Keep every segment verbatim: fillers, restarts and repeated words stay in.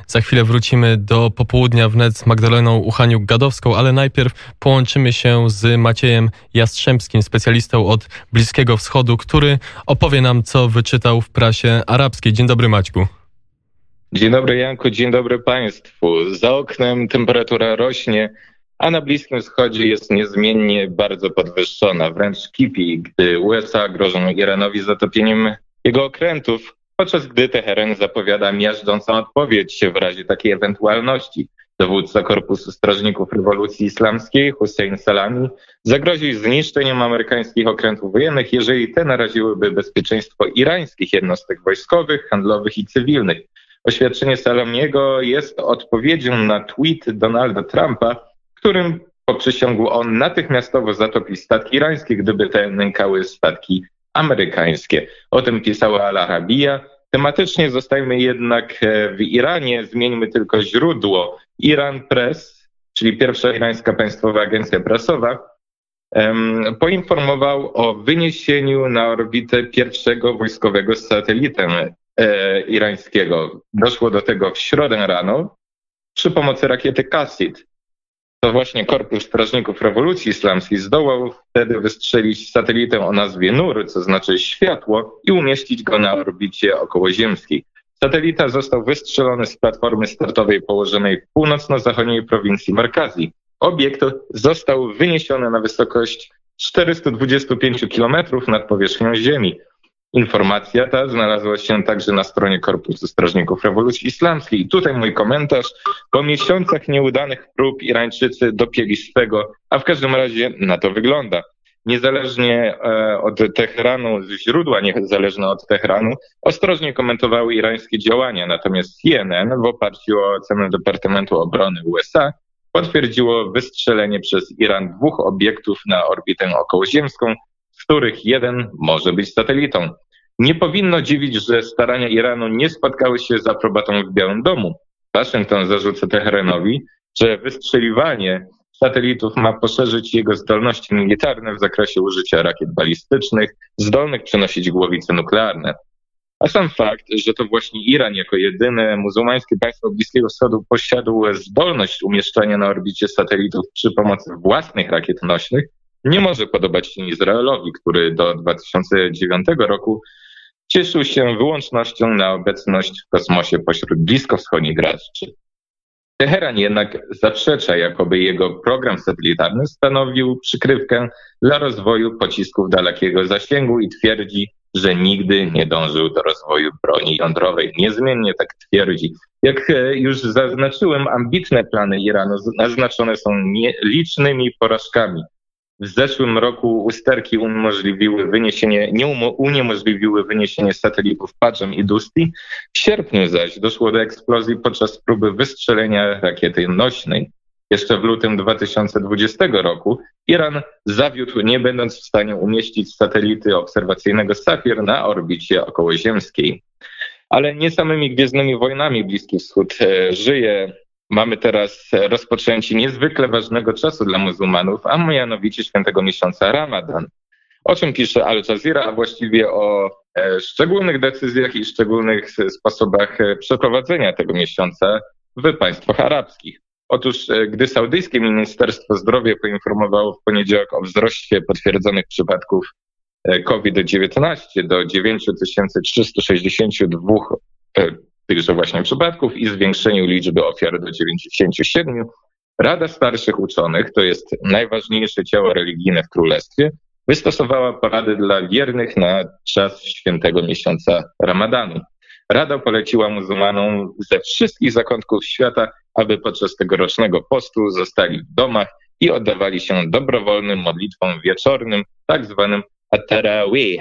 Za chwilę wrócimy do popołudnia wnet z Magdaleną Uchaniuk-Gadowską, ale najpierw połączymy się z Maciejem Jastrzębskim, specjalistą od Bliskiego Wschodu, który opowie nam, co wyczytał w prasie arabskiej. Dzień dobry, Maćku. Dzień dobry, Janku, dzień dobry Państwu. Za oknem temperatura rośnie, a na Bliskim Wschodzie jest niezmiennie bardzo podwyższona, wręcz kipi, gdy U S A grożą Iranowi zatopieniem jego okrętów, podczas gdy Teheran zapowiada miażdżącą odpowiedź w razie takiej ewentualności. Dowódca Korpusu Strażników Rewolucji Islamskiej Hussein Salami zagroził zniszczeniem amerykańskich okrętów wojennych, jeżeli te naraziłyby bezpieczeństwo irańskich jednostek wojskowych, handlowych i cywilnych. Oświadczenie Salamiego jest odpowiedzią na tweet Donalda Trumpa, w którym poprzysiągł on natychmiastowo zatopić statki irańskie, gdyby te nękały statki amerykańskie. O tym pisała Al Arabiya. Tematycznie zostajmy jednak w Iranie, zmieńmy tylko źródło. Iran Press, czyli pierwsza irańska państwowa agencja prasowa, um, poinformował o wyniesieniu na orbitę pierwszego wojskowego satelitę e, irańskiego. Doszło do tego w środę rano przy pomocy rakiety Qasid. To właśnie Korpus Strażników Rewolucji Islamskiej zdołał wtedy wystrzelić satelitę o nazwie Nur, co znaczy światło, i umieścić go na orbicie okołoziemskiej. Satelita został wystrzelony z platformy startowej położonej w północno-zachodniej prowincji Markazi. Obiekt został wyniesiony na wysokość czterysta dwadzieścia pięć kilometrów nad powierzchnią Ziemi. Informacja ta znalazła się także na stronie Korpusu Strażników Rewolucji Islamskiej. I tutaj mój komentarz. Po miesiącach nieudanych prób Irańczycy dopięli swego, a w każdym razie na to wygląda. Niezależnie e, od Teheranu, źródła niezależne od Teheranu, ostrożnie komentowały irańskie działania. Natomiast C N N w oparciu o ocenę Departamentu Obrony U S A potwierdziło wystrzelenie przez Iran dwóch obiektów na orbitę okołoziemską, z których jeden może być satelitą. Nie powinno dziwić, że starania Iranu nie spotkały się z aprobatą w Białym Domu. Waszyngton zarzuca Teheranowi, że wystrzeliwanie satelitów ma poszerzyć jego zdolności militarne w zakresie użycia rakiet balistycznych, zdolnych przenosić głowice nuklearne. A sam fakt, że to właśnie Iran jako jedyne muzułmańskie państwo Bliskiego Wschodu posiadł zdolność umieszczania na orbicie satelitów przy pomocy własnych rakiet nośnych, nie może podobać się Izraelowi, który do dwa tysiące dziewiątego roku cieszył się wyłącznością na obecność w kosmosie pośród bliskowschodnich graczy. Teheran jednak zaprzecza, jakoby jego program satelitarny stanowił przykrywkę dla rozwoju pocisków dalekiego zasięgu i twierdzi, że nigdy nie dążył do rozwoju broni jądrowej. Niezmiennie tak twierdzi. Jak już zaznaczyłem, ambitne plany Iranu naznaczone są licznymi porażkami. W zeszłym roku usterki uniemożliwiły wyniesienie, nie umo, uniemożliwiły wyniesienie satelitów Pajem i Dusty. W sierpniu zaś doszło do eksplozji podczas próby wystrzelenia rakiety nośnej. Jeszcze w lutym dwa tysiące dwudziestego roku Iran zawiódł, nie będąc w stanie umieścić satelity obserwacyjnego Safir na orbicie okołoziemskiej. Ale nie samymi gwiezdnymi wojnami Bliski Wschód e, żyje. Mamy teraz rozpoczęcie niezwykle ważnego czasu dla muzułmanów, a mianowicie świętego miesiąca Ramadan. O czym pisze Al Jazeera, a właściwie o e, szczególnych decyzjach i szczególnych sposobach przeprowadzenia tego miesiąca w państwach arabskich. Otóż, e, gdy saudyjskie Ministerstwo Zdrowia poinformowało w poniedziałek o wzroście potwierdzonych przypadków e, COVID dziewiętnaście do dziewięć tysięcy trzysta sześćdziesiąt dwa e, tychże właśnie przypadków i zwiększeniu liczby ofiar do dziewięćdziesiąt siedem, Rada Starszych Uczonych, to jest najważniejsze ciało religijne w Królestwie, wystosowała porady dla wiernych na czas świętego miesiąca Ramadanu. Rada poleciła muzułmanom ze wszystkich zakątków świata, aby podczas tegorocznego postu zostali w domach i oddawali się dobrowolnym modlitwom wieczornym, tak zwanym at-tarawih.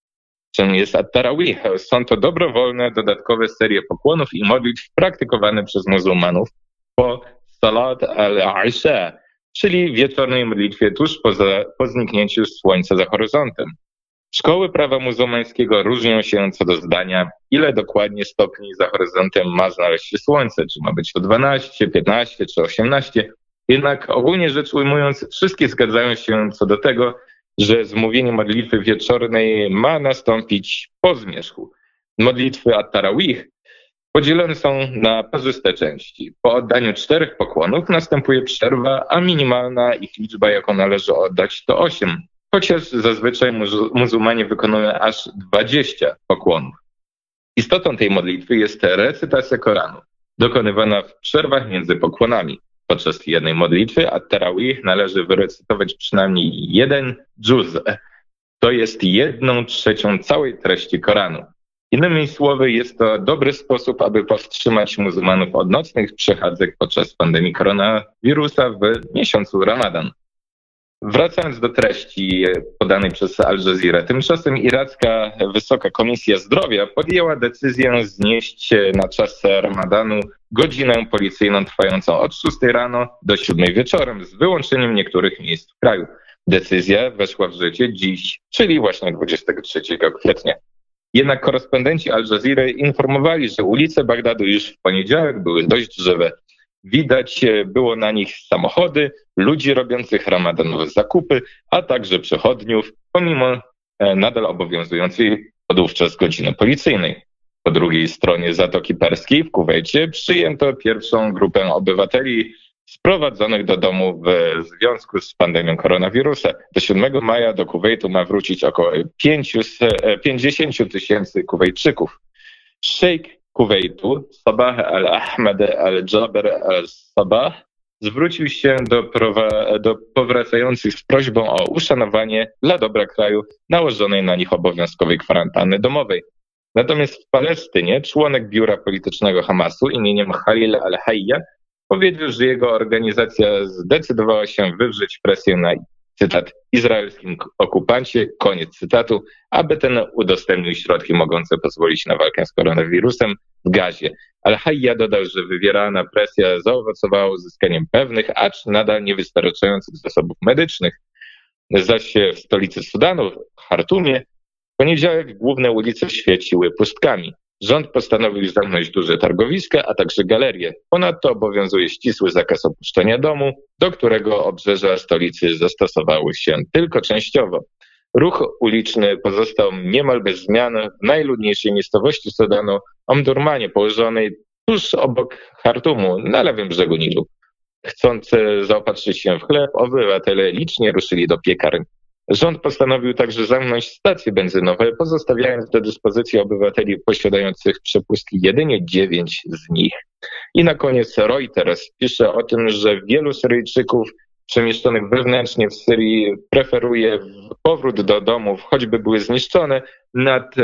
Czym jest at-tarawih? Są to dobrowolne, dodatkowe serie pokłonów i modlitw praktykowane przez muzułmanów po salat al-isha, czyli wieczornej modlitwie tuż po, za, po zniknięciu słońca za horyzontem. Szkoły prawa muzułmańskiego różnią się co do zdania, ile dokładnie stopni za horyzontem ma znaleźć się słońce, czy ma być to dwanaście, piętnaście czy osiemnaście. Jednak ogólnie rzecz ujmując, wszystkie zgadzają się co do tego, że zmówienie modlitwy wieczornej ma nastąpić po zmierzchu. Modlitwy at-tarawih Podzielone są na parzyste części. Po oddaniu czterech pokłonów następuje przerwa, a minimalna ich liczba, jaką należy oddać, to osiem. Chociaż zazwyczaj muzułmanie wykonują aż dwadzieścia pokłonów. Istotą tej modlitwy jest recytacja Koranu, dokonywana w przerwach między pokłonami. Podczas jednej modlitwy, at-tarawih, należy wyrecytować przynajmniej jeden dżuz, to jest jedną trzecią całej treści Koranu. Innymi słowy, jest to dobry sposób, aby powstrzymać muzułmanów od nocnych przechadzek podczas pandemii koronawirusa w miesiącu Ramadan. Wracając do treści podanej przez Al Jazeera, tymczasem iracka Wysoka Komisja Zdrowia podjęła decyzję znieść na czas Ramadanu godzinę policyjną trwającą od szóstej rano do siódmej wieczorem z wyłączeniem niektórych miejsc w kraju. Decyzja weszła w życie dziś, czyli właśnie dwudziestego trzeciego kwietnia. Jednak korespondenci Al Jazeera informowali, że ulice Bagdadu już w poniedziałek były dość żywe. Widać było na nich samochody, ludzi robiących ramadanowe zakupy, a także przechodniów, pomimo nadal obowiązującej wówczas godziny policyjnej. Po drugiej stronie Zatoki Perskiej w Kuwejcie przyjęto pierwszą grupę obywateli sprowadzonych do domu w związku z pandemią koronawirusa. Do siódmego maja do Kuwejtu ma wrócić około pięćdziesiąt tysięcy Kuwejczyków. Szejk Kuwejtu, Sabah al-Ahmad al-Jaber al-Sabah, zwrócił się do, prowa- do powracających z prośbą o uszanowanie dla dobra kraju nałożonej na nich obowiązkowej kwarantanny domowej. Natomiast w Palestynie członek biura politycznego Hamasu imieniem Khalil al-Hayya powiedział, że jego organizacja zdecydowała się wywrzeć presję na, cytat, izraelskim okupancie, koniec cytatu, aby ten udostępnił środki mogące pozwolić na walkę z koronawirusem w Gazie. Al-Hayya dodał, że wywierana presja zaowocowała uzyskaniem pewnych, acz nadal niewystarczających zasobów medycznych. Zaś w stolicy Sudanu, w Chartumie, w poniedziałek główne ulice świeciły pustkami. Rząd postanowił zamknąć duże targowiska, a także galerie. Ponadto obowiązuje ścisły zakaz opuszczenia domu, do którego obrzeża stolicy zastosowały się tylko częściowo. Ruch uliczny pozostał niemal bez zmian w najludniejszej miejscowości Sudanu, Omdurmanie, położonej tuż obok Chartumu, na lewym brzegu Nilu. Chcąc zaopatrzyć się w chleb, obywatele licznie ruszyli do piekarni. Rząd postanowił także zamknąć stacje benzynowe, pozostawiając do dyspozycji obywateli posiadających przepustki jedynie dziewięć z nich. I na koniec Reuters pisze o tym, że wielu Syryjczyków przemieszczonych wewnętrznie w Syrii preferuje powrót do domów, choćby były zniszczone, nad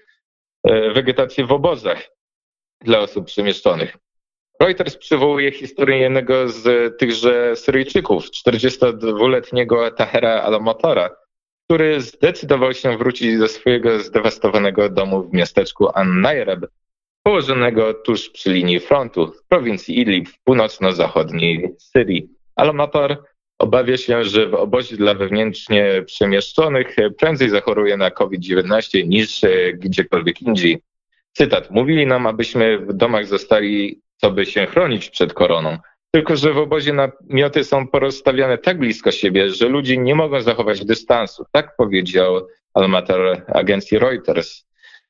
wegetację w obozach dla osób przemieszczonych. Reuters przywołuje historię jednego z tychże Syryjczyków, czterdziestodwuletniego Tahera al-Matara, który zdecydował się wrócić do swojego zdewastowanego domu w miasteczku An-Najrab, położonego tuż przy linii frontu w prowincji Idlib w północno-zachodniej Syrii. Al-Matar obawia się, że w obozie dla wewnętrznie przemieszczonych prędzej zachoruje na kowid dziewiętnaście niż gdziekolwiek indziej. Cytat: mówili nam, abyśmy w domach zostali, co by się chronić przed koroną. Tylko że w obozie namioty są porozstawiane tak blisko siebie, że ludzie nie mogą zachować dystansu. Tak powiedział Al-Matar agencji Reuters.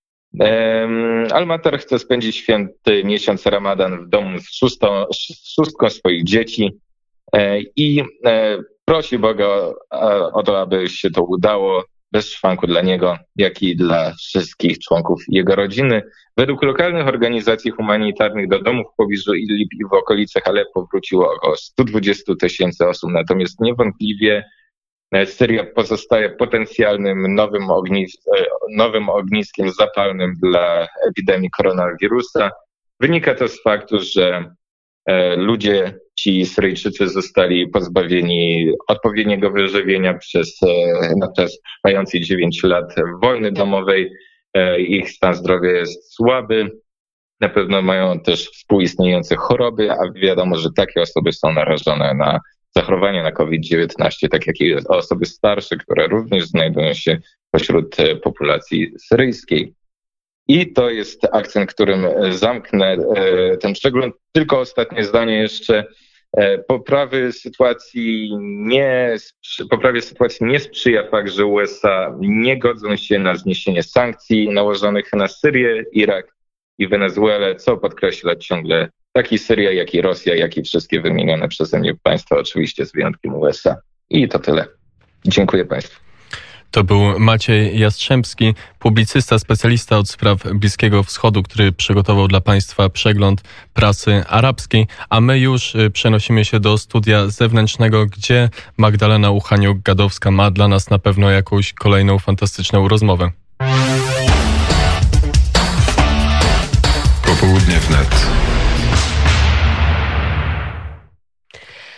Um, Al-Matar chce spędzić święty miesiąc Ramadan w domu z, szóstą, z szóstką swoich dzieci e, i e, prosi Boga o, o to, aby się to udało, bez szwanku dla niego, jak i dla wszystkich członków jego rodziny. Według lokalnych organizacji humanitarnych do domów w pobliżu Idlib i w okolicach Aleppo wróciło około sto dwadzieścia tysięcy osób, natomiast niewątpliwie Syria pozostaje potencjalnym nowym, ognis- nowym ogniskiem zapalnym dla epidemii koronawirusa. Wynika to z faktu, że ludzie, ci Syryjczycy, zostali pozbawieni odpowiedniego wyżywienia przez na czas trwającej dziewięć lat wojny domowej. Ich stan zdrowia jest słaby. Na pewno mają też współistniejące choroby, a wiadomo, że takie osoby są narażone na zachorowanie na kowid dziewiętnaście, tak jak i osoby starsze, które również znajdują się pośród populacji syryjskiej. I to jest akcent, którym zamknę ten przegląd. Tylko ostatnie zdanie jeszcze. Poprawy sytuacji nie, poprawie sytuacji nie sprzyja fakt, że U S A nie godzą się na zniesienie sankcji nałożonych na Syrię, Irak i Wenezuelę, co podkreślać ciągle tak i Syria, jak i Rosja, jak i wszystkie wymienione przeze mnie państwa, oczywiście z wyjątkiem U S A. I to tyle. Dziękuję Państwu. To był Maciej Jastrzębski, publicysta, specjalista od spraw Bliskiego Wschodu, który przygotował dla Państwa przegląd prasy arabskiej, a my już przenosimy się do studia zewnętrznego, gdzie Magdalena Uchaniuk-Gadowska ma dla nas na pewno jakąś kolejną fantastyczną rozmowę. Popołudnie wnet.